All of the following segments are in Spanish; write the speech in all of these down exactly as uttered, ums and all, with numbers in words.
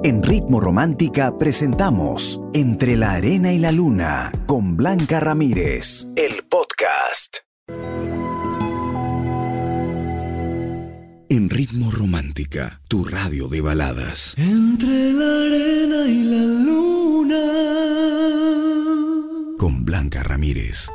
En Ritmo Romántica presentamos Entre la Arena y la Luna con Blanca Ramírez, el podcast. En Ritmo Romántica, tu radio de baladas. Entre la arena y la luna. Con Blanca Ramírez.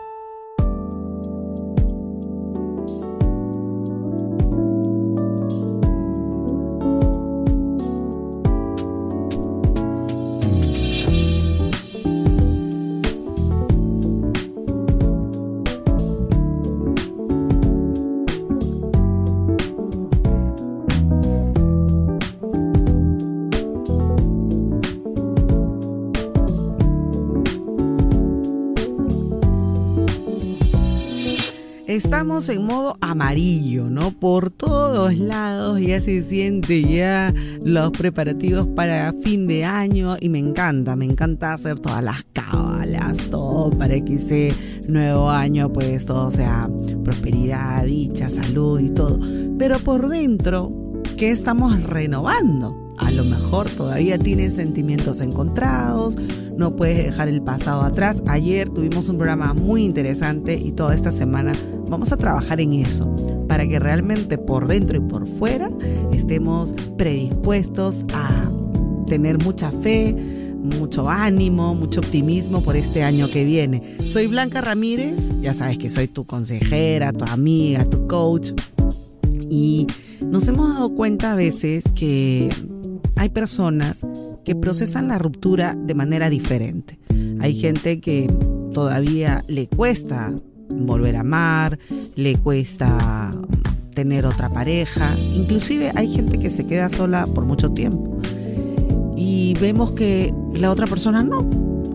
Estamos en modo amarillo, ¿no? Por todos lados ya se siente ya los preparativos para fin de año y me encanta, me encanta hacer todas las cábalas, todo para que ese nuevo año pues todo sea prosperidad, dicha, salud y todo. Pero por dentro, ¿qué estamos renovando? A lo mejor todavía tienes sentimientos encontrados, no puedes dejar el pasado atrás. Ayer tuvimos un programa muy interesante y toda esta semana vamos a trabajar en eso, para que realmente por dentro y por fuera estemos predispuestos a tener mucha fe, mucho ánimo, mucho optimismo por este año que viene. Soy Blanca Ramírez, ya sabes que soy tu consejera, tu amiga, tu coach, y nos hemos dado cuenta a veces que hay personas que procesan la ruptura de manera diferente. Hay gente que todavía le cuesta volver a amar, le cuesta tener otra pareja, inclusive hay gente que se queda sola por mucho tiempo y vemos que la otra persona no,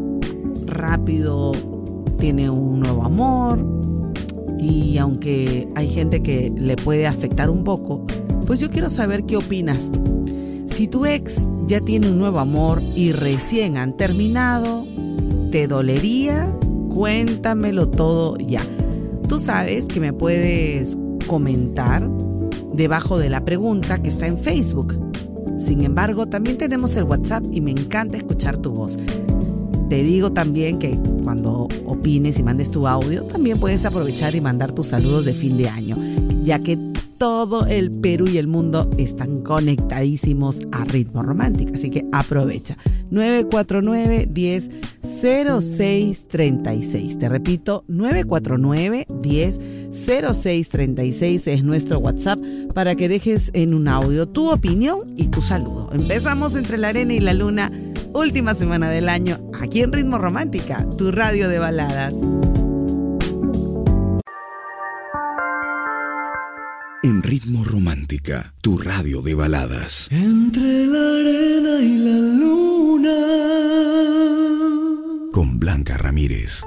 rápido tiene un nuevo amor, y aunque hay gente que le puede afectar un poco, pues yo quiero saber qué opinas tú. Si tu ex ya tiene un nuevo amor y recién han terminado, ¿te dolería? Cuéntamelo todo ya. Tú sabes que me puedes comentar debajo de la pregunta que está en Facebook. Sin embargo, también tenemos el WhatsApp y me encanta escuchar tu voz. Te digo también que cuando opines y mandes tu audio, también puedes aprovechar y mandar tus saludos de fin de año, ya que todo el Perú y el mundo están conectadísimos a Ritmo Romántica, así que aprovecha. nueve cuatro nueve, diez, cero seis, treinta y seis. Te repito, nueve cuatro nueve, diez, cero seis, treinta y seis es nuestro WhatsApp para que dejes en un audio tu opinión y tu saludo. Empezamos Entre la Arena y la Luna, última semana del año, aquí en Ritmo Romántica, tu radio de baladas. En Ritmo Romántica, tu radio de baladas. Entre la arena y la luna. Con Blanca Ramírez.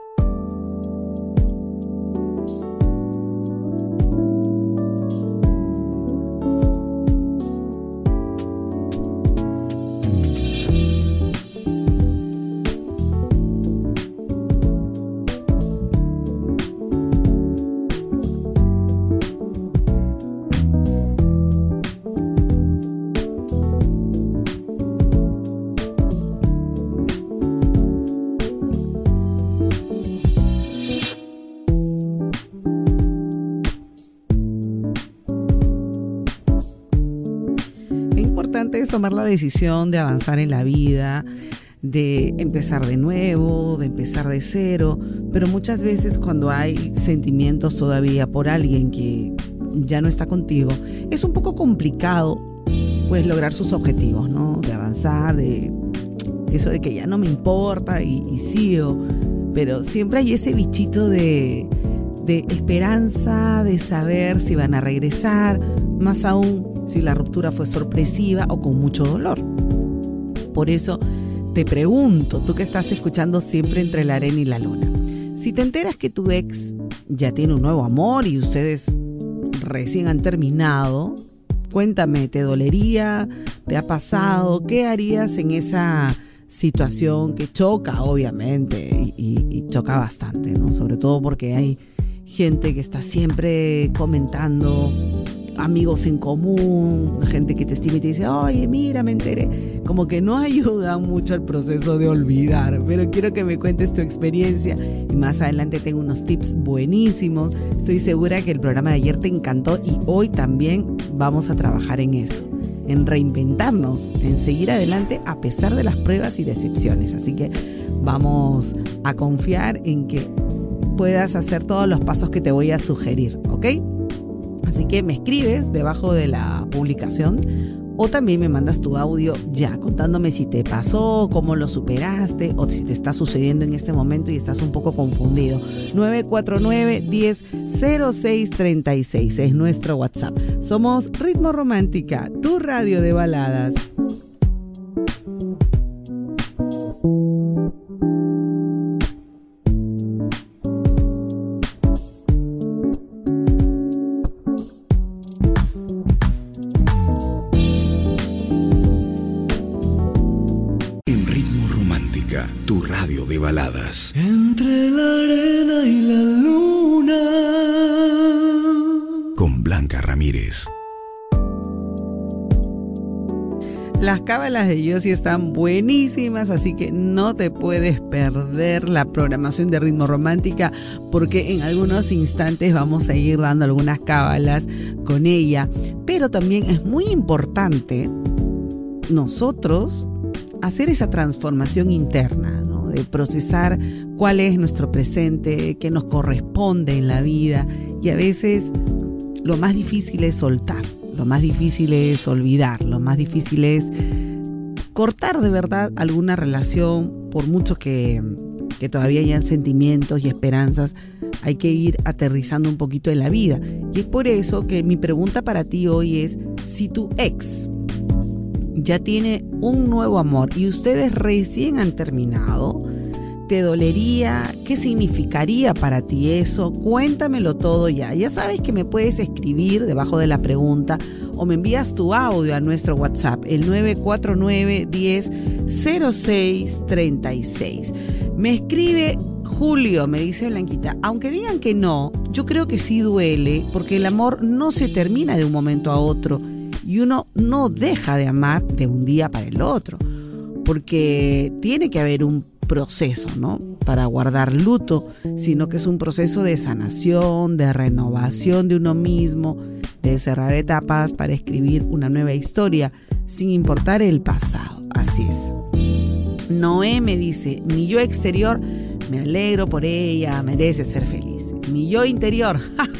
Es tomar la decisión de avanzar en la vida, de empezar de nuevo, de empezar de cero, pero muchas veces cuando hay sentimientos todavía por alguien que ya no está contigo, es un poco complicado pues lograr sus objetivos, ¿no? De avanzar, de eso de que ya no me importa y, y sigo, pero siempre hay ese bichito de, de esperanza, de saber si van a regresar, más aún si la ruptura fue sorpresiva o con mucho dolor. Por eso te pregunto, tú que estás escuchando siempre Entre la Arena y la Luna, si te enteras que tu ex ya tiene un nuevo amor y ustedes recién han terminado, cuéntame, ¿te dolería? ¿Te ha pasado? ¿Qué harías en esa situación que choca, obviamente, y, y, y choca bastante, ¿no? Sobre todo porque hay gente que está siempre comentando amigos en común, gente que te estima y te dice, oye, mira, me enteré. Como que no ayudan mucho al proceso de olvidar, pero quiero que me cuentes tu experiencia y más adelante tengo unos tips buenísimos. Estoy segura que el programa de ayer te encantó y hoy también vamos a trabajar en eso, en reinventarnos, en seguir adelante a pesar de las pruebas y decepciones. Así que vamos a confiar en que puedas hacer todos los pasos que te voy a sugerir, ¿ok? Así que me escribes debajo de la publicación o también me mandas tu audio ya contándome si te pasó, cómo lo superaste o si te está sucediendo en este momento y estás un poco confundido. nueve cuatro nueve, diez, cero seis treinta y seis es nuestro WhatsApp. Somos Ritmo Romántica, tu radio de baladas. Tu radio de baladas. Entre la arena y la luna. Con Blanca Ramírez. Las cábalas de Yossi están buenísimas, así que no te puedes perder la programación de Ritmo Romántica porque en algunos instantes vamos a ir dando algunas cábalas con ella. Pero también es muy importante nosotros hacer esa transformación interna, ¿no? De procesar cuál es nuestro presente, qué nos corresponde en la vida. Y a veces lo más difícil es soltar, lo más difícil es olvidar, lo más difícil es cortar de verdad alguna relación, por mucho que, que todavía hayan sentimientos y esperanzas. Hay que ir aterrizando un poquito en la vida. Y es por eso que mi pregunta para ti hoy es, si tu ex ya tiene un nuevo amor y ustedes recién han terminado, ¿te dolería? ¿Qué significaría para ti eso? Cuéntamelo todo ya. Ya sabes que me puedes escribir debajo de la pregunta o me envías tu audio a nuestro WhatsApp, el nueve cuatro nueve, diez, cero seis treinta y seis. Me escribe Julio, me dice Blanquita, aunque digan que no, yo creo que sí duele porque el amor no se termina de un momento a otro. Y uno no deja de amar de un día para el otro, porque tiene que haber un proceso, ¿no? Para guardar luto, sino que es un proceso de sanación, de renovación de uno mismo, de cerrar etapas para escribir una nueva historia, sin importar el pasado. Así es. Noé me dice, mi yo exterior, me alegro por ella, merece ser feliz. Mi yo interior,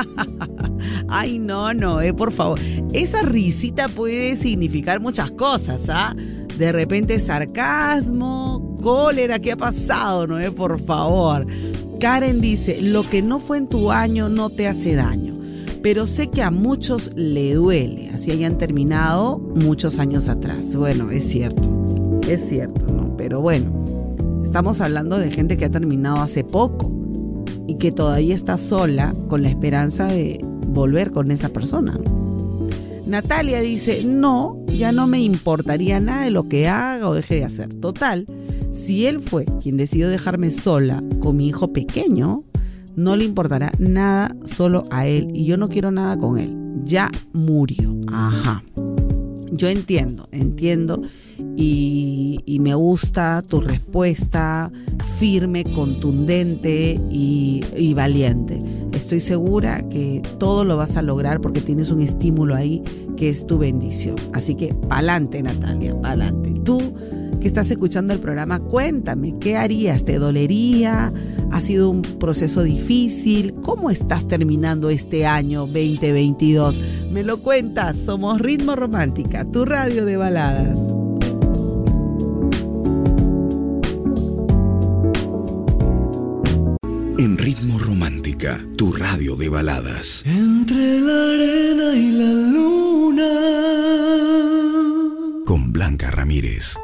ay, no, no, eh, por favor. Esa risita puede significar muchas cosas, ¿ah? De repente sarcasmo, cólera, ¿qué ha pasado, no? Eh, por favor. Karen dice, lo que no fue en tu año no te hace daño, pero sé que a muchos le duele, así hayan terminado muchos años atrás. Bueno, es cierto, es cierto, ¿no? Pero bueno, estamos hablando de gente que ha terminado hace poco y que todavía está sola con la esperanza de volver con esa persona. Natalia dice, no, ya no me importaría nada de lo que haga o deje de hacer. Total, si él fue quien decidió dejarme sola con mi hijo pequeño, no le importará nada solo a él y yo no quiero nada con él. Ya murió. Ajá. Yo entiendo, entiendo y, y me gusta tu respuesta firme, contundente y, y valiente. Estoy segura que todo lo vas a lograr porque tienes un estímulo ahí que es tu bendición. Así que pa'lante, Natalia, pa'lante. Tú que estás escuchando el programa, cuéntame, ¿qué harías? ¿Te dolería? ¿Ha sido un proceso difícil? ¿Cómo estás terminando este año veinte veintidós? Me lo cuentas. Somos Ritmo Romántica, tu radio de baladas. En Ritmo Romántica, tu radio de baladas. Entre la arena y la luna. Con Blanca Ramírez.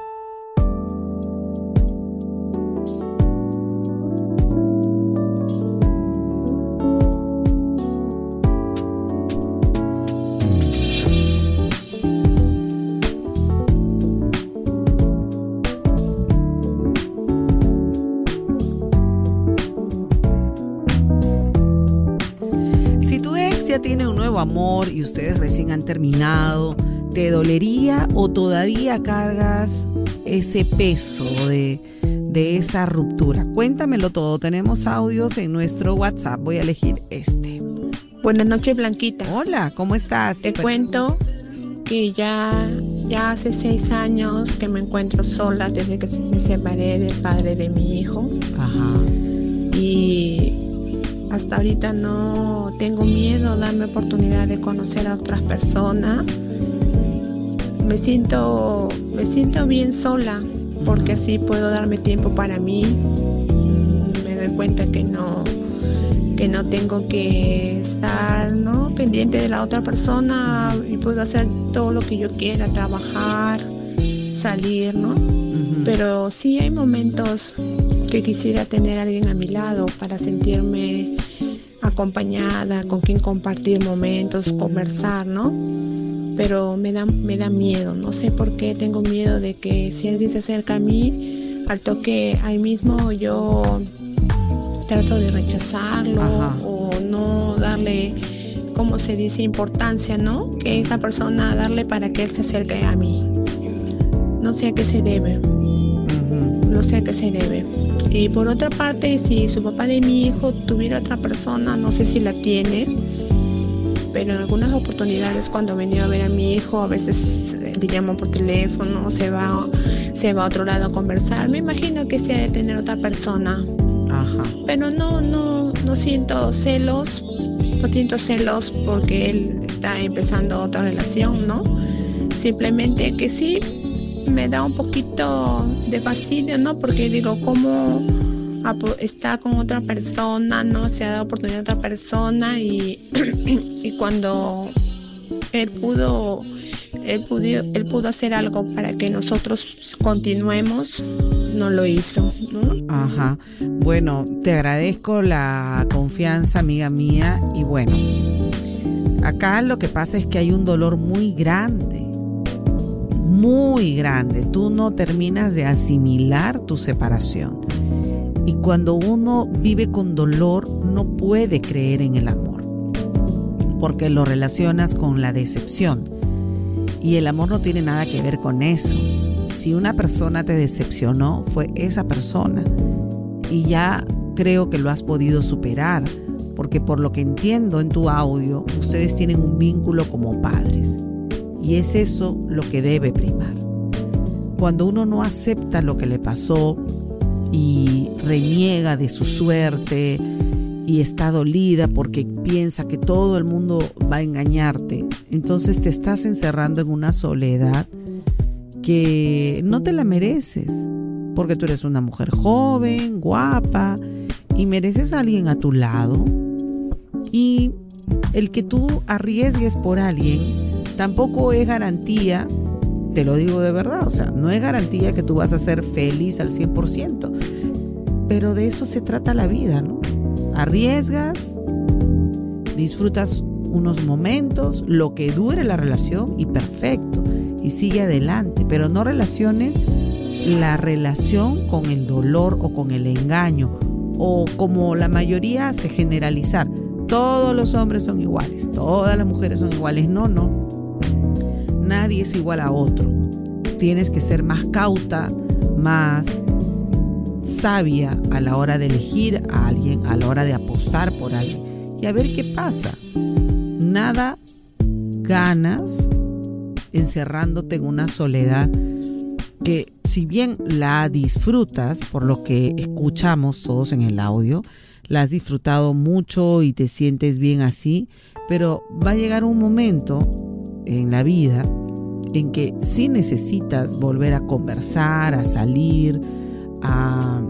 ella tiene un nuevo amor y ustedes recién han terminado, ¿te dolería o todavía cargas ese peso de, de esa ruptura? Cuéntamelo todo. Tenemos audios en nuestro WhatsApp. Voy a elegir este. Buenas noches, Blanquita. Hola, ¿cómo estás? Te cuento que ya, ya hace seis años que me encuentro sola desde que me separé del padre de mi hijo. Ajá. Y hasta ahorita no tengo miedo a darme oportunidad de conocer a otras personas. Me siento, me siento bien sola porque así puedo darme tiempo para mí. Me doy cuenta que no, que no tengo que estar, ¿no?, pendiente de la otra persona y puedo hacer todo lo que yo quiera, trabajar, salir, ¿no? Uh-huh. Pero sí hay momentos que quisiera tener a alguien a mi lado para sentirme acompañada, con quien compartir momentos, conversar, ¿no? Pero me da, me da miedo, no sé por qué tengo miedo de que si alguien se acerca a mí, al toque ahí mismo yo trato de rechazarlo. Ajá. O no darle, ¿cómo se dice?, importancia, ¿no? Que esa persona darle para que él se acerque a mí. No sé a qué se debe. Uh-huh. No sé a qué se debe. Y por otra parte, si su papá de mi hijo tuviera otra persona, no sé si la tiene, pero en algunas oportunidades cuando venía a ver a mi hijo, a veces le llamo por teléfono, se va, se va a otro lado a conversar. Me imagino que sí ha de tener otra persona. Ajá. Pero no, no, no siento celos, no siento celos porque él está empezando otra relación, ¿no? Simplemente que sí me da un poquito de fastidio, ¿no? Porque digo, ¿cómo está con otra persona, ¿no? Se ha dado oportunidad a otra persona y, y cuando él pudo, él pudo, él pudo hacer algo para que nosotros continuemos, no lo hizo, ¿no? Ajá. Bueno, te agradezco la confianza, amiga mía, y bueno, acá lo que pasa es que hay un dolor muy grande, muy grande. Tú no terminas de asimilar tu separación. Y cuando uno vive con dolor, no puede creer en el amor, porque lo relacionas con la decepción. Y el amor no tiene nada que ver con eso. Si una persona te decepcionó, fue esa persona. Y ya creo que lo has podido superar, porque por lo que entiendo en tu audio, ustedes tienen un vínculo como padres. Y es eso lo que debe primar. Cuando uno no acepta lo que le pasó y reniega de su suerte y está dolida porque piensa que todo el mundo va a engañarte, entonces te estás encerrando en una soledad que no te la mereces, porque tú eres una mujer joven, guapa, y mereces a alguien a tu lado. Y el que tú arriesgues por alguien tampoco es garantía, te lo digo de verdad, o sea, no es garantía que tú vas a ser feliz al cien por ciento, pero de eso se trata la vida, ¿no? Arriesgas, disfrutas unos momentos, lo que dure la relación y perfecto, y sigue adelante, pero no relaciones la relación con el dolor o con el engaño, o como la mayoría hace, generalizar, todos los hombres son iguales, todas las mujeres son iguales. No, no, nadie es igual a otro. Tienes que ser más cauta, más sabia a la hora de elegir a alguien, a la hora de apostar por alguien, y a ver qué pasa. Nada ganas encerrándote en una soledad que, si bien la disfrutas, por lo que escuchamos todos en el audio, la has disfrutado mucho y te sientes bien así, pero va a llegar un momento en la vida en que sí necesitas volver a conversar, a salir, a,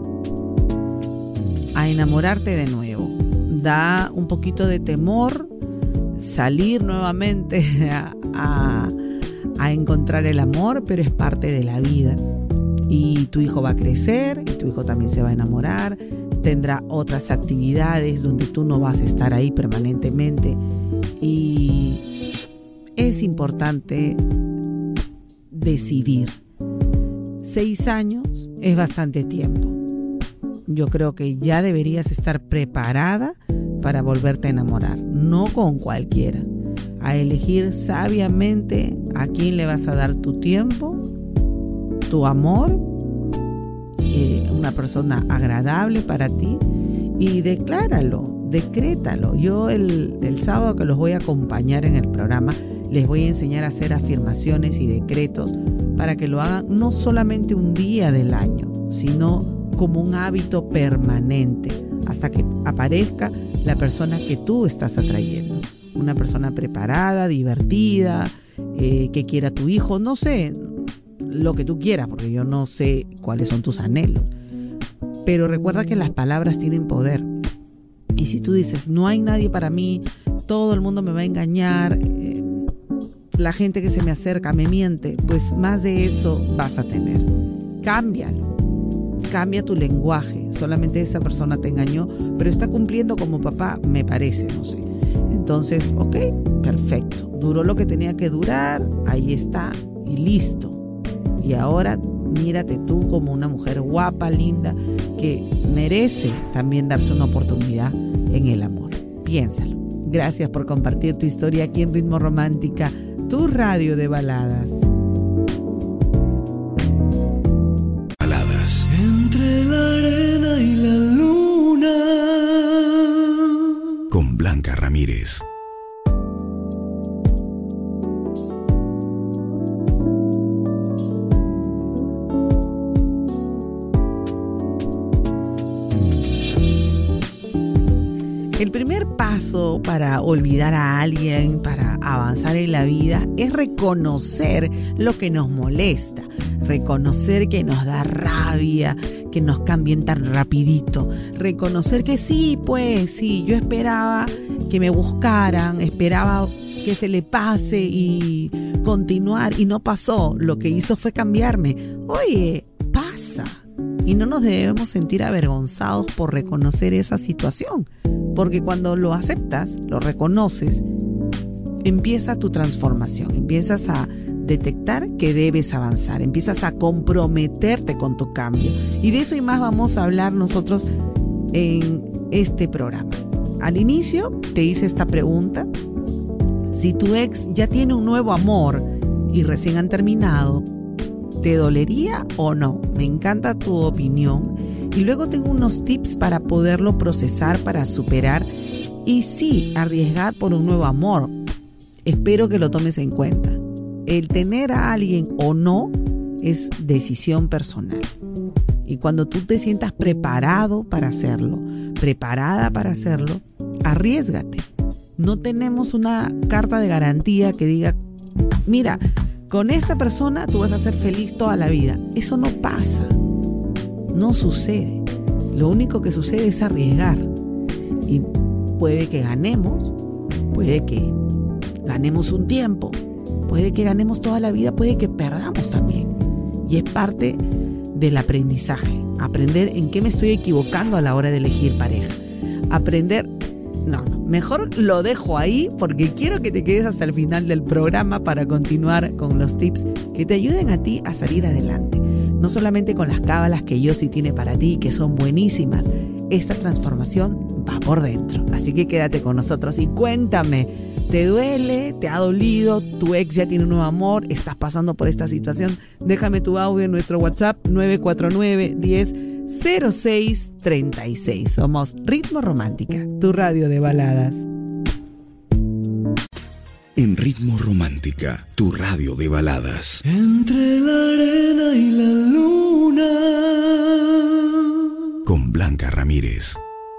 a enamorarte de nuevo. Da un poquito de temor salir nuevamente a, a, a encontrar el amor, pero es parte de la vida. Y tu hijo va a crecer, y tu hijo también se va a enamorar, tendrá otras actividades donde tú no vas a estar ahí permanentemente. Y es importante decidir. Seis años es bastante tiempo. Yo creo que ya deberías estar preparada para volverte a enamorar, no con cualquiera. A elegir sabiamente a quién le vas a dar tu tiempo, tu amor, eh, una persona agradable para ti, y decláralo, decrétalo. Yo el, el sábado que los voy a acompañar en el programa, les voy a enseñar a hacer afirmaciones y decretos para que lo hagan no solamente un día del año, sino como un hábito permanente, hasta que aparezca la persona que tú estás atrayendo. Una persona preparada, divertida, eh, que quiera a tu hijo, no sé, lo que tú quieras, porque yo no sé cuáles son tus anhelos. Pero recuerda que las palabras tienen poder. Y si tú dices, no hay nadie para mí, todo el mundo me va a engañar, eh, la gente que se me acerca me miente, pues más de eso vas a tener. Cámbialo. Cambia tu lenguaje. Solamente esa persona te engañó, pero está cumpliendo como papá, me parece, no sé. Entonces, ok, perfecto. Duró lo que tenía que durar, ahí está, y listo. Y ahora mírate tú como una mujer guapa, linda, que merece también darse una oportunidad en el amor. Piénsalo. Gracias por compartir tu historia aquí en Ritmo Romántica, tu radio de baladas. Baladas. Entre la arena y la luna. Con Blanca Ramírez. El primer paso para olvidar a alguien, para avanzar en la vida, es reconocer lo que nos molesta, reconocer que nos da rabia, que nos cambien tan rapidito, reconocer que sí, pues sí, yo esperaba que me buscaran, esperaba que se le pase y continuar, y no pasó, lo que hizo fue cambiarme. Oye, pasa, y no nos debemos sentir avergonzados por reconocer esa situación. Porque cuando lo aceptas, lo reconoces, empieza tu transformación, empiezas a detectar que debes avanzar, empiezas a comprometerte con tu cambio. Y de eso y más vamos a hablar nosotros en este programa. Al inicio te hice esta pregunta: si tu ex ya tiene un nuevo amor y recién han terminado, ¿te dolería o no? Me encanta tu opinión. Y luego tengo unos tips para poderlo procesar, para superar y sí, arriesgar por un nuevo amor. Espero que lo tomes en cuenta. El tener a alguien o no es decisión personal. Y cuando tú te sientas preparado para hacerlo, preparada para hacerlo, arriésgate. No tenemos una carta de garantía que diga, mira, con esta persona tú vas a ser feliz toda la vida. Eso no pasa. No sucede. Lo único que sucede es arriesgar. Y puede que ganemos, puede que ganemos un tiempo, puede que ganemos toda la vida, puede que perdamos también. Y es parte del aprendizaje. Aprender en qué me estoy equivocando a la hora de elegir pareja. Aprender... No, no, mejor lo dejo ahí porque quiero que te quedes hasta el final del programa para continuar con los tips que te ayuden a ti a salir adelante. No solamente con las cábalas que yo sí tiene para ti, que son buenísimas. Esta transformación va por dentro. Así que quédate con nosotros y cuéntame, ¿te duele? ¿Te ha dolido? ¿Tu ex ya tiene un nuevo amor? ¿Estás pasando por esta situación? Déjame tu audio en nuestro WhatsApp nueve cuatro nueve, diez, cero seis, treinta y seis. Somos Ritmo Romántica, tu radio de baladas. En Ritmo Romántica, tu radio de baladas. Entre la arena y la luna. Con Blanca Ramírez.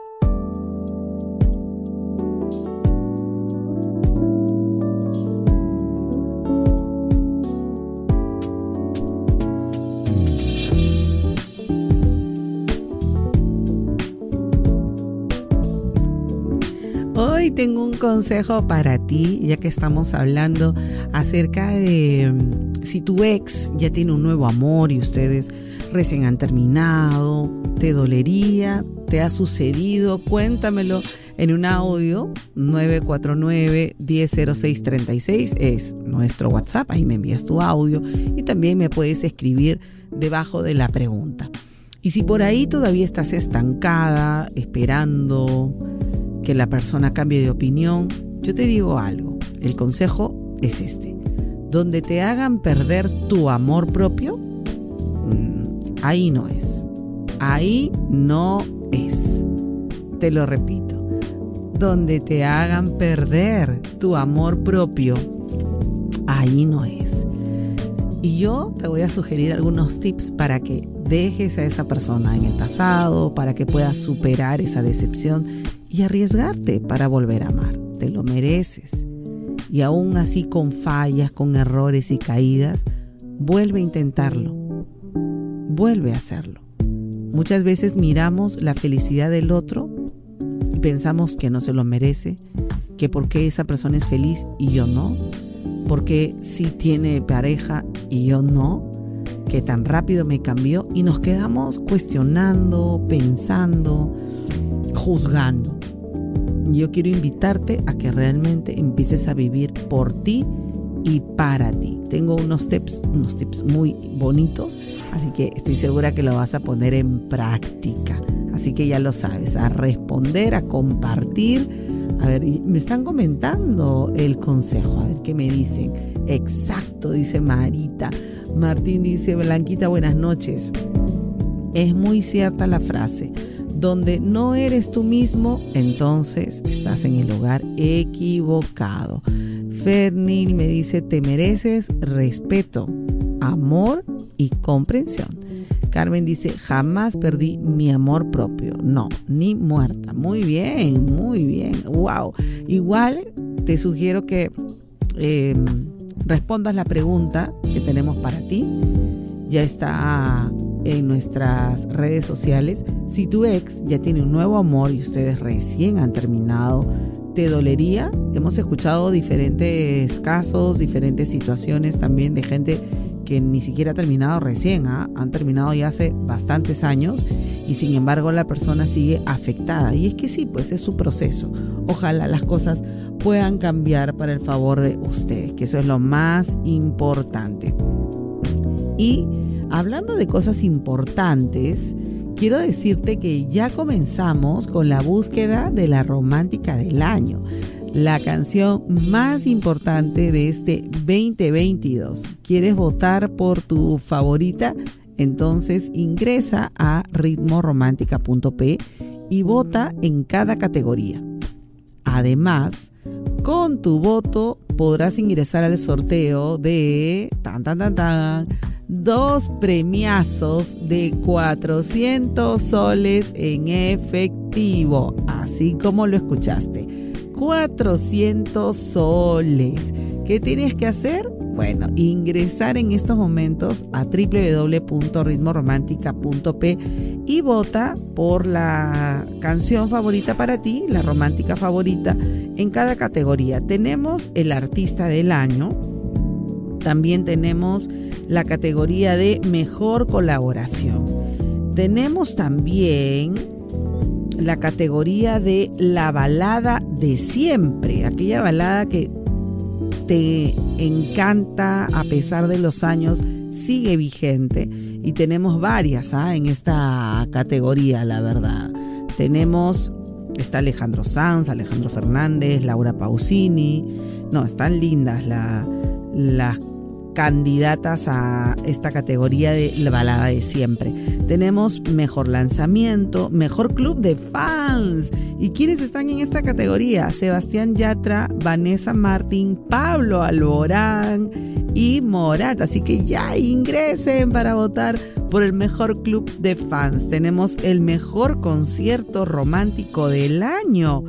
Hoy tengo un consejo para ti, ya que estamos hablando acerca de um, si tu ex ya tiene un nuevo amor y ustedes recién han terminado, ¿te dolería? ¿Te ha sucedido? Cuéntamelo en un audio. Nueve cuatro nueve, diez, cero seis, treinta y seis es nuestro WhatsApp, ahí me envías tu audio y también me puedes escribir debajo de la pregunta. Y si por ahí todavía estás estancada, esperando que la persona cambie de opinión. Yo te digo algo, el consejo es este. Donde te hagan perder tu amor propio, mmm, ahí no es. Ahí no es. Te lo repito. Donde te hagan perder tu amor propio, ahí no es. Y yo te voy a sugerir algunos tips para que dejes a esa persona en el pasado, para que puedas superar esa decepción y arriesgarte para volver a amar. Te lo mereces. Y aún así con fallas, con errores y caídas, vuelve a intentarlo. Vuelve a hacerlo. Muchas veces miramos la felicidad del otro y pensamos que no se lo merece, que por qué esa persona es feliz y yo no, porque sí tiene pareja y yo no, que tan rápido me cambió, y nos quedamos cuestionando, pensando, juzgando. Yo quiero invitarte a que realmente empieces a vivir por ti y para ti. Tengo unos tips, unos tips muy bonitos, así que estoy segura que lo vas a poner en práctica. Así que ya lo sabes, a responder, a compartir. A ver, me están comentando el consejo, a ver qué me dicen. Exacto, dice Marita. Martín dice, Blanquita, buenas noches. Es muy cierta la frase. Donde no eres tú mismo, entonces estás en el lugar equivocado. Fernil me dice, te mereces respeto, amor y comprensión. Carmen dice, jamás perdí mi amor propio. No, ni muerta. Muy bien, muy bien. Wow. Igual te sugiero que eh, respondas la pregunta que tenemos para ti. Ya está en nuestras redes sociales. Si tu ex ya tiene un nuevo amor y ustedes recién han terminado, ¿te dolería? Hemos escuchado diferentes casos, diferentes situaciones también de gente que ni siquiera ha terminado recién, ¿eh? Han terminado ya hace bastantes años y sin embargo la persona sigue afectada. Y es que sí, pues es su proceso. Ojalá las cosas puedan cambiar para el favor de ustedes, que eso es lo más importante. Y hablando de cosas importantes, quiero decirte que ya comenzamos con la búsqueda de la romántica del año, la canción más importante de este veinte veintidós. ¿Quieres votar por tu favorita? Entonces ingresa a ritmo romántica punto pe y vota en cada categoría. Además, con tu voto podrás ingresar al sorteo de tan tan tan tan dos premiazos de cuatrocientos soles en efectivo, así como lo escuchaste. cuatrocientos soles. ¿Qué tienes que hacer? Bueno, ingresar en estos momentos a doble u doble u doble u punto ritmo romántica punto pe y vota por la canción favorita para ti, la romántica favorita, en cada categoría. Tenemos el artista del año, también tenemos la categoría de mejor colaboración. Tenemos también la categoría de la balada de siempre, aquella balada que te encanta a pesar de los años, sigue vigente, y tenemos varias ¿ah? en esta categoría, la verdad. Tenemos, está Alejandro Sanz, Alejandro Fernández, Laura Pausini. No, están lindas la, las candidatas a esta categoría de la balada de siempre. Tenemos mejor lanzamiento, mejor club de fans. ¿Y quiénes están en esta categoría? Sebastián Yatra, Vanessa Martín, Pablo Alborán y Morat. Así que ya ingresen para votar por el mejor club de fans. Tenemos el mejor concierto romántico del año.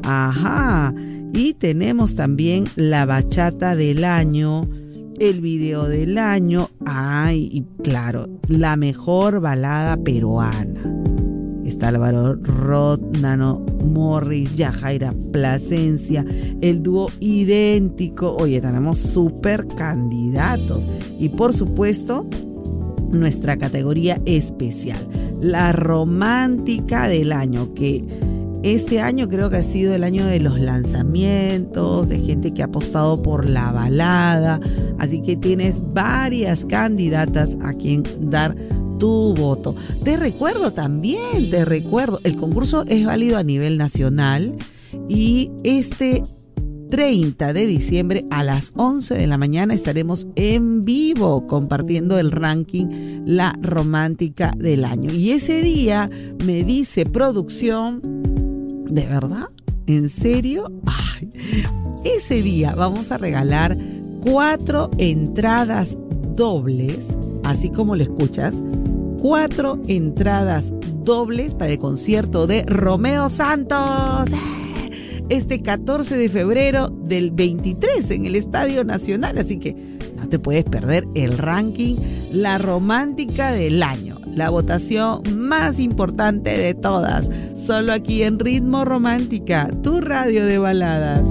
Ajá. Y tenemos también la bachata del año, el video del año, ay, y claro, la mejor balada peruana. Está Álvaro Roth, Nano Morris, Yajaira Plasencia, el dúo Idéntico. Oye, tenemos súper candidatos. Y por supuesto, nuestra categoría especial, la romántica del año, que este año creo que ha sido el año de los lanzamientos, de gente que ha apostado por la balada. Así que tienes varias candidatas a quien dar tu voto. Te recuerdo también, te recuerdo, el concurso es válido a nivel nacional Y este treinta de diciembre a las once de la mañana estaremos en vivo compartiendo el ranking La Romántica del Año. Y ese día me dice producción, ¿de verdad? ¿En serio? Ay, ese día vamos a regalar cuatro entradas dobles, así como lo escuchas, cuatro entradas dobles para el concierto de Romeo Santos este catorce de febrero del veintitrés en el Estadio Nacional, así que no te puedes perder el ranking La Romántica del Año, la votación más importante de todas, solo aquí en Ritmo Romántica, tu radio de baladas.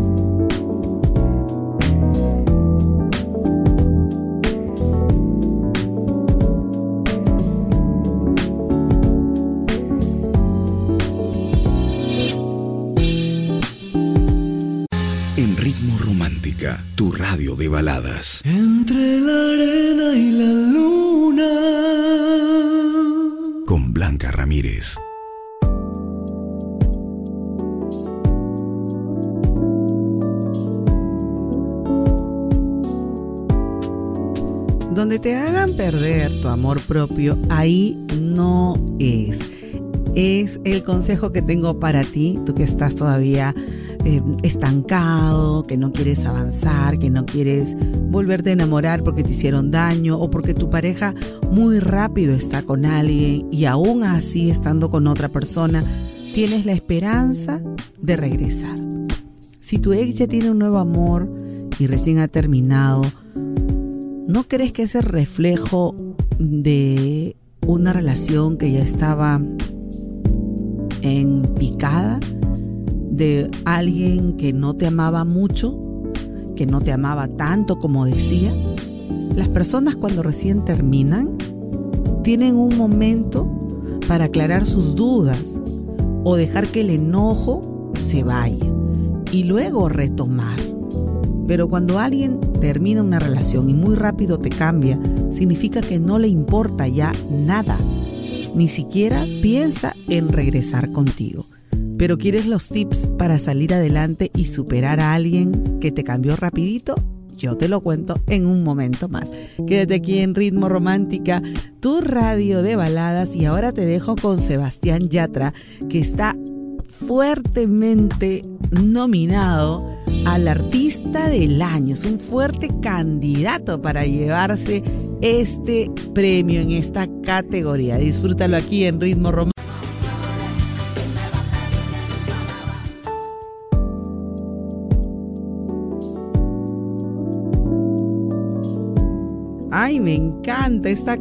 Tu radio de baladas. Entre la arena y la luna. Con Blanca Ramírez. Donde te hagan perder tu amor propio, ahí no es. Es el consejo que tengo para ti, tú que estás todavía Eh, estancado, que no quieres avanzar, que no quieres volverte a enamorar porque te hicieron daño o porque tu pareja muy rápido está con alguien y aún así estando con otra persona tienes la esperanza de regresar. Si tu ex ya tiene un nuevo amor y recién ha terminado, ¿no crees que ese reflejo de una relación que ya estaba en picada? De alguien que no te amaba mucho, que no te amaba tanto como decía. Las personas cuando recién terminan tienen un momento para aclarar sus dudas o dejar que el enojo se vaya y luego retomar. Pero cuando alguien termina una relación y muy rápido te cambia, significa que no le importa ya nada, ni siquiera piensa en regresar contigo. Pero ¿quieres los tips para salir adelante y superar a alguien que te cambió rapidito? Yo te lo cuento en un momento más. Quédate aquí en Ritmo Romántica, tu radio de baladas, y ahora te dejo con Sebastián Yatra, que está fuertemente nominado al Artista del Año. Es un fuerte candidato para llevarse este premio en esta categoría. Disfrútalo aquí en Ritmo Romántica. Ay, me encanta esta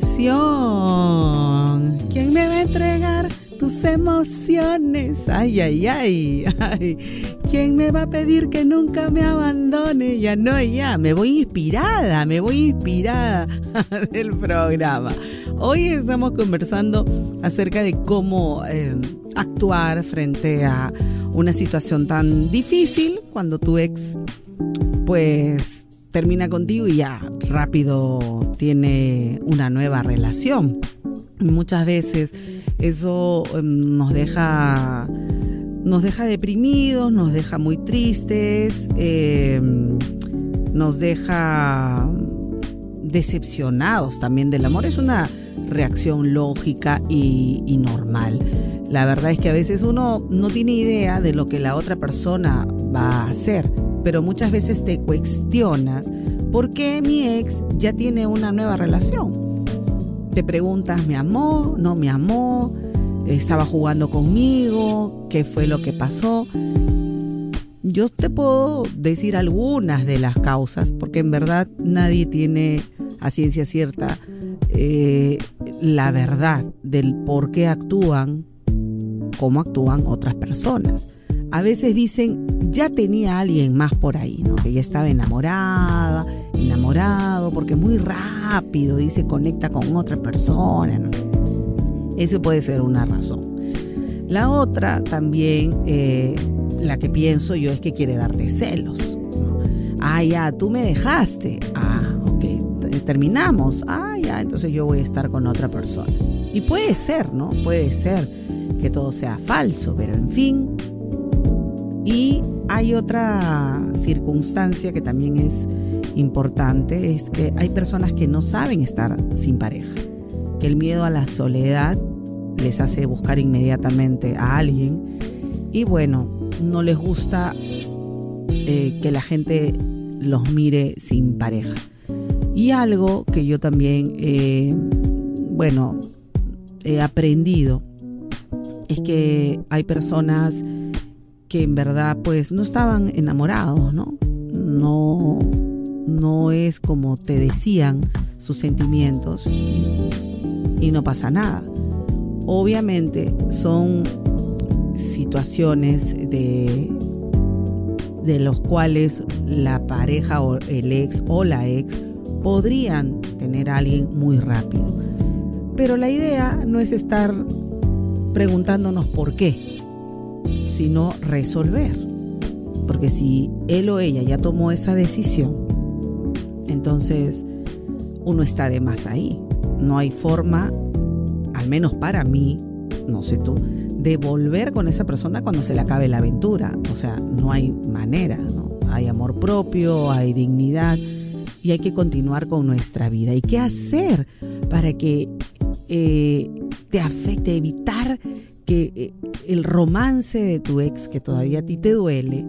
canción. ¿Quién me va a entregar tus emociones? Ay, ay, ay, ay. ¿Quién me va a pedir que nunca me abandone? Ya no, ya. Me voy inspirada, me voy inspirada del programa. Hoy estamos conversando acerca de cómo eh, actuar frente a una situación tan difícil cuando tu ex, pues, termina contigo y ya rápido tiene una nueva relación. Muchas veces eso nos deja, nos deja deprimidos, nos deja muy tristes, eh, nos deja decepcionados también del amor. Es una reacción lógica y, y normal. La verdad es que a veces uno no tiene idea de lo que la otra persona va a hacer, pero muchas veces te cuestionas por qué mi ex ya tiene una nueva relación. Te preguntas, ¿me amó? ¿No me amó? ¿Estaba jugando conmigo? ¿Qué fue lo que pasó? Yo te puedo decir algunas de las causas, porque en verdad nadie tiene a ciencia cierta eh, la verdad del por qué actúan como actúan otras personas. A veces dicen, ya tenía a alguien más por ahí, ¿no? Que ya estaba enamorada, enamorado, porque muy rápido, dice, conecta con otra persona, ¿no? Eso puede ser una razón. La otra también, eh, la que pienso yo, es que quiere darte celos, ¿no? Ah, ya, tú me dejaste. Ah, ok, terminamos. Ah, ya, entonces yo voy a estar con otra persona. Y puede ser, ¿no? Puede ser que todo sea falso, pero en fin, Y hay otra circunstancia que también es importante, es que hay personas que no saben estar sin pareja, que el miedo a la soledad les hace buscar inmediatamente a alguien y bueno, no les gusta eh, que la gente los mire sin pareja. Y algo que yo también, eh, bueno, he aprendido es que hay personas que en verdad pues no estaban enamorados, ¿no? No, no es como te decían sus sentimientos y, y no pasa nada. Obviamente son situaciones de, de los cuales la pareja o el ex o la ex podrían tener a alguien muy rápido. Pero la idea no es estar preguntándonos por qué, sino resolver. Porque si él o ella ya tomó esa decisión, entonces uno está de más ahí. No hay forma, al menos para mí, no sé tú, de volver con esa persona cuando se le acabe la aventura. O sea, no hay manera, ¿no? Hay amor propio, hay dignidad y hay que continuar con nuestra vida. ¿Y qué hacer para que eh, te afecte, evitar que eh, el romance de tu ex, que todavía a ti te duele,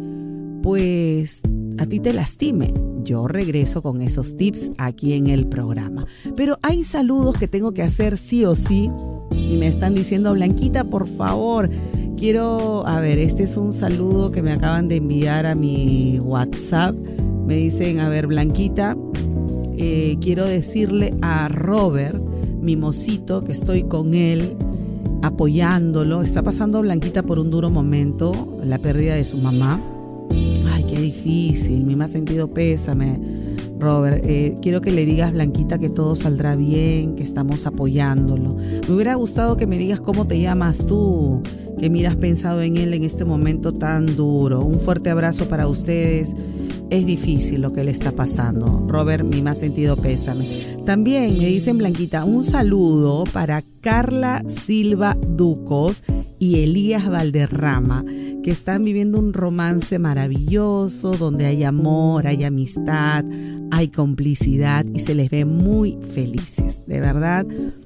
pues a ti te lastime? Yo regreso con esos tips aquí en el programa. Pero hay saludos que tengo que hacer sí o sí y me están diciendo, Blanquita, por favor, quiero, a ver, este es un saludo que me acaban de enviar a mi WhatsApp. Me dicen, a ver, Blanquita, eh, quiero decirle a Robert, mi mocito, que estoy con él apoyándolo. Está pasando Blanquita por un duro momento, la pérdida de su mamá. Ay, qué difícil, mi más sentido pésame, Robert. Eh, quiero que le digas, Blanquita, que todo saldrá bien, que estamos apoyándolo. Me hubiera gustado que me digas cómo te llamas tú, que miras pensado en él en este momento tan duro. Un fuerte abrazo para ustedes. Es difícil lo que le está pasando. Robert, mi más sentido pésame. También me dicen, Blanquita, un saludo para Carla Silva Ducos y Elías Valderrama, que están viviendo un romance maravilloso, donde hay amor, hay amistad, hay complicidad y se les ve muy felices. De verdad,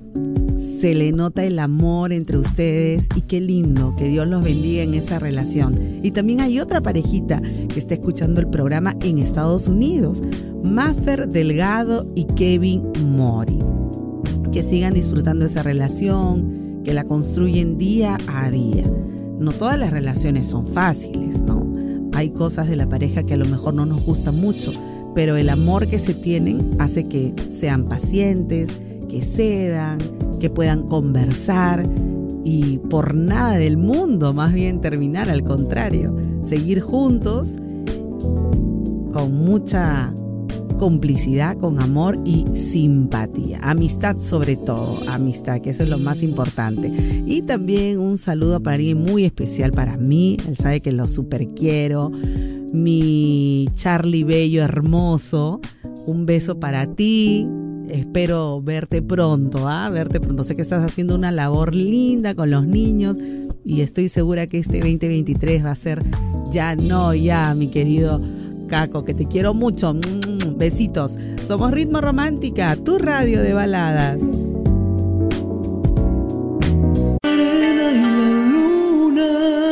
se le nota el amor entre ustedes y qué lindo, que Dios los bendiga en esa relación. Y también hay otra parejita que está escuchando el programa en Estados Unidos, Maffer Delgado y Kevin Mori. Que sigan disfrutando esa relación, que la construyen día a día. No todas las relaciones son fáciles, ¿no? Hay cosas de la pareja que a lo mejor no nos gustan mucho, pero el amor que se tienen hace que sean pacientes, que cedan, que puedan conversar y por nada del mundo más bien terminar, al contrario, seguir juntos con mucha complicidad, con amor y simpatía. Amistad sobre todo, amistad, que eso es lo más importante. Y también un saludo para alguien muy especial para mí, él sabe que lo super quiero, mi Charlie bello hermoso, un beso para ti. Espero verte pronto, ¿ah? ¿eh? Verte pronto. Sé que estás haciendo una labor linda con los niños y estoy segura que este veinte veintitrés va a ser ya no ya, mi querido Caco, que te quiero mucho. Besitos. Somos Ritmo Romántica, tu radio de baladas. Arena y la luna.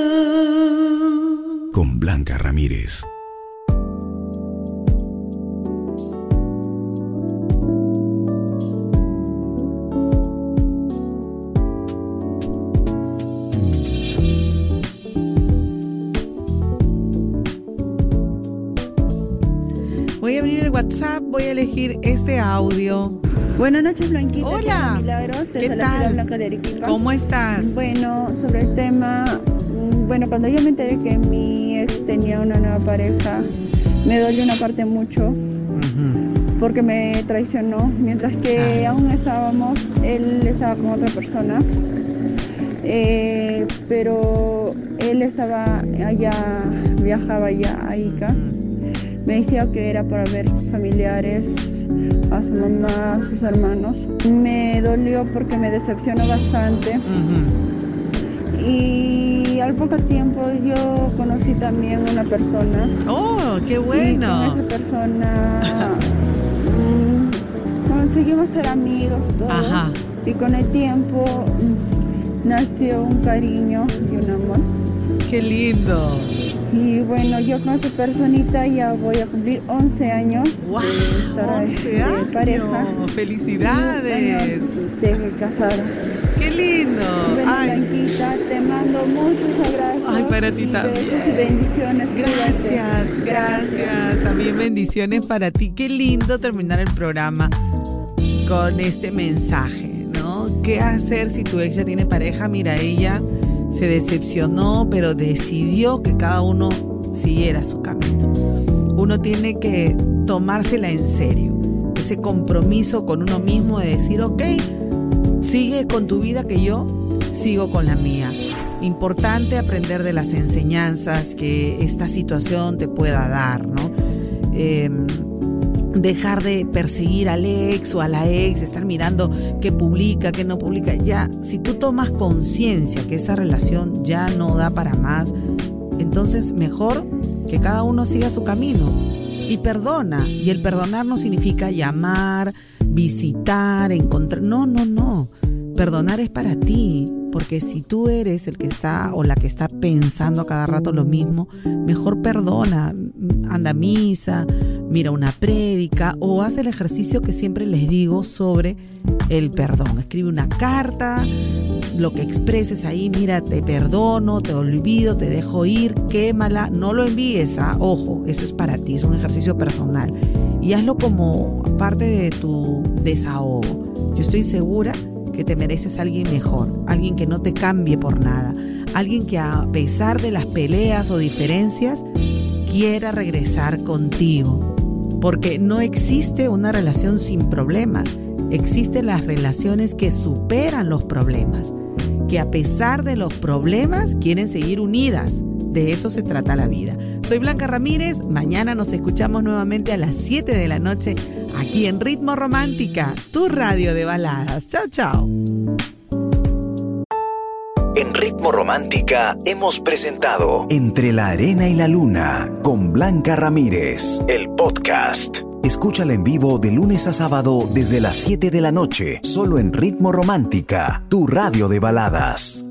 Con Blanca Ramírez. Voy a abrir el WhatsApp, voy a elegir este audio. Buenas noches, Blanquita. Hola. Milagros, te ¿Qué tal? Blanca de Arequipa. ¿Cómo estás? Bueno, sobre el tema, bueno, cuando yo me enteré que mi ex tenía una nueva pareja, me dolió una parte mucho, uh-huh. porque me traicionó. Mientras que ah. aún estábamos, él estaba con otra persona, eh, pero él estaba allá, viajaba allá a Ica. Uh-huh. Me decía que era para ver sus familiares, a su mamá, a sus hermanos. Me dolió porque me decepcionó bastante. Uh-huh. Y Y al poco tiempo yo conocí también una persona. ¡Oh, qué bueno! Y con esa persona mmm, conseguimos ser amigos, todo. Ajá. Y con el tiempo mmm, nació un cariño y un amor. ¡Qué lindo! Y bueno, yo con esa personita ya voy a cumplir once años wow, de estar once de años. pareja. ¡Felicidades! De casada. ¡Qué lindo! Bueno, Ay. Blanquita, te mando muchos abrazos. Ay, para ti y también. Besos y bendiciones. Gracias, Cuídate. gracias. También bendiciones para ti. Qué lindo terminar el programa con este mensaje, ¿no? ¿Qué hacer si tu ex ya tiene pareja? Mira, ella se decepcionó, pero decidió que cada uno siguiera su camino. Uno tiene que tomársela en serio. Ese compromiso con uno mismo de decir, ok, sigue con tu vida que yo sigo con la mía. Importante aprender de las enseñanzas que esta situación te pueda dar, ¿no? Eh, dejar de perseguir al ex o a la ex, estar mirando qué publica, qué no publica. Ya, si tú tomas conciencia que esa relación ya no da para más, entonces mejor que cada uno siga su camino y perdona. Y el perdonar no significa llamar, visitar, encontrar. No, no, no. Perdonar es para ti, porque si tú eres el que está o la que está pensando a cada rato lo mismo, mejor perdona, anda a misa, mira una prédica o haz el ejercicio que siempre les digo sobre el perdón. Escribe una carta, lo que expreses ahí, mira, te perdono, te olvido, te dejo ir, quémala, no lo envíes, ¿ah? Ojo, eso es para ti, es un ejercicio personal y hazlo como parte de tu desahogo. Yo estoy segura que te mereces a alguien mejor, alguien que no te cambie por nada, alguien que a pesar de las peleas o diferencias quiera regresar contigo, porque no existe una relación sin problemas, existen las relaciones que superan los problemas, que a pesar de los problemas quieren seguir unidas. De eso se trata la vida. Soy Blanca Ramírez, mañana nos escuchamos nuevamente a las siete de la noche aquí en Ritmo Romántica, tu radio de baladas. Chao, chao. En Ritmo Romántica hemos presentado Entre la Arena y la Luna con Blanca Ramírez, el podcast. Escúchala en vivo de lunes a sábado desde las siete de la noche, solo en Ritmo Romántica, tu radio de baladas.